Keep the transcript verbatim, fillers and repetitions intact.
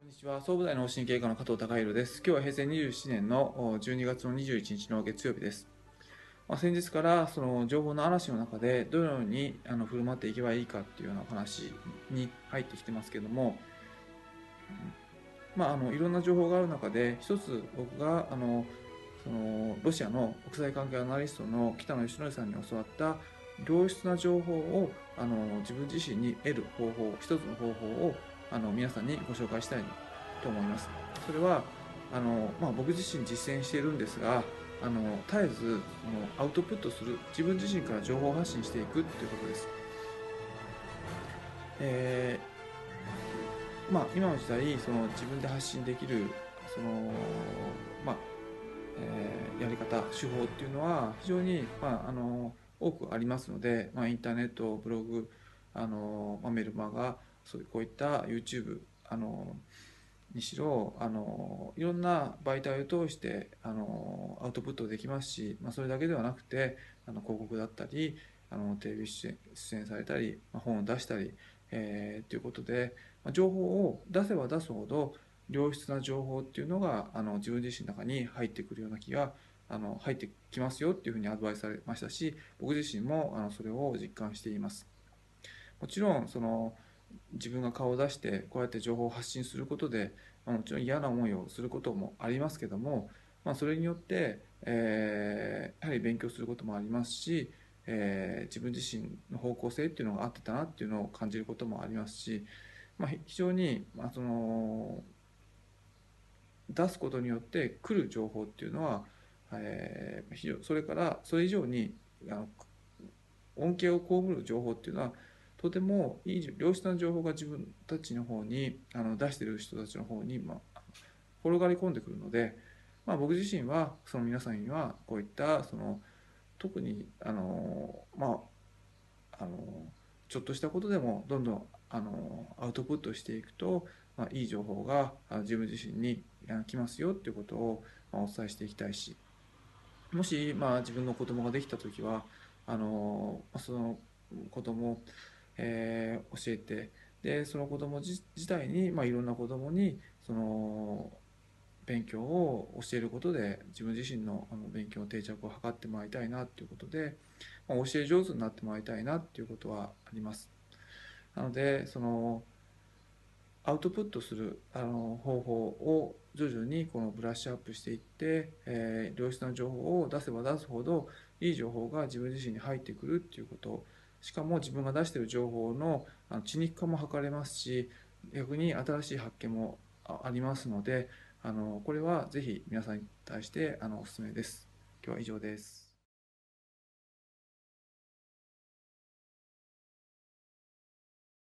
こんにちは。総武大脳神経科の加藤孝弘です。今日は平成にじゅうななねんのじゅうにがつのにじゅういちにちの月曜日です。まあ、先日からその情報の嵐の中でどのようにあの振る舞っていけばいいかっていうようなお話に入ってきてますけども、まあ、あのいろんな情報がある中で一つ僕があのそのロシアの国際関係アナリストの北野義則さんに教わった良質な情報をあの自分自身に得る方法、一つの方法をあの皆さんにご紹介したいと思います。それはあの、まあ、僕自身実践しているんですが、あの絶えずそのアウトプットする、自分自身から情報発信していくということです。えーまあ、今の時代その自分で発信できるその、まあえーやり方、手法っていうのは非常に、まあ、あの多くありますので、まあ、インターネット、ブログ、あのまあ、メルマガ、そういうこういった YouTube あのにしろあのいろんな媒体を通してあのアウトプットできますし、まあ、それだけではなくてあの広告だったりあのテレビ出演出演されたり、まあ、本を出したり、えー、ということで、まあ、情報を出せば出すほど良質な情報っていうのがあの自分自身の中に入ってくるような気があの入ってきますよっていうふうにアドバイスされましたし、僕自身もあのそれを実感しています。もちろんその自分が顔を出してこうやって情報を発信することで、まあ、もちろん嫌な思いをすることもありますけども、まあ、それによって、えーやはり勉強することもありますし、えー自分自身の方向性っていうのが合ってたなっていうのを感じることもありますし、まあ、非常に、まあ、その出すことによって来る情報っていうのは、えー、それからそれ以上にあの恩恵を被る情報っていうのはとてもいい良質な情報が自分たちの方にあの出している人たちの方に、まあ、転がり込んでくるので、まあ、僕自身はその皆さんにはこういったその特にあのまああのちょっとしたことでもどんどんあのアウトプットしていくと、まあ、いい情報が自分自身に来ますよっていうことをお伝えしていきたいし、もし、まあ、自分の子供ができた時はあのその子供を、えー教えて、でその子供自自体に、まあ、いろんな子供にその勉強を教えることで自分自身のあの勉強の定着を図ってもらいたいなということで、まあ、教え上手になってもらいたいなということはあります。なのでそのアウトプットするあの方法を徐々にこのブラッシュアップしていって、えー良質な情報を出せば出すほどいい情報が自分自身に入ってくるっていうこと、しかも自分が出している情報のあの血肉化も図れますし、逆に新しい発見もあありますので、あのこれはぜひ皆さんに対してあのおすすめです。今日は以上です。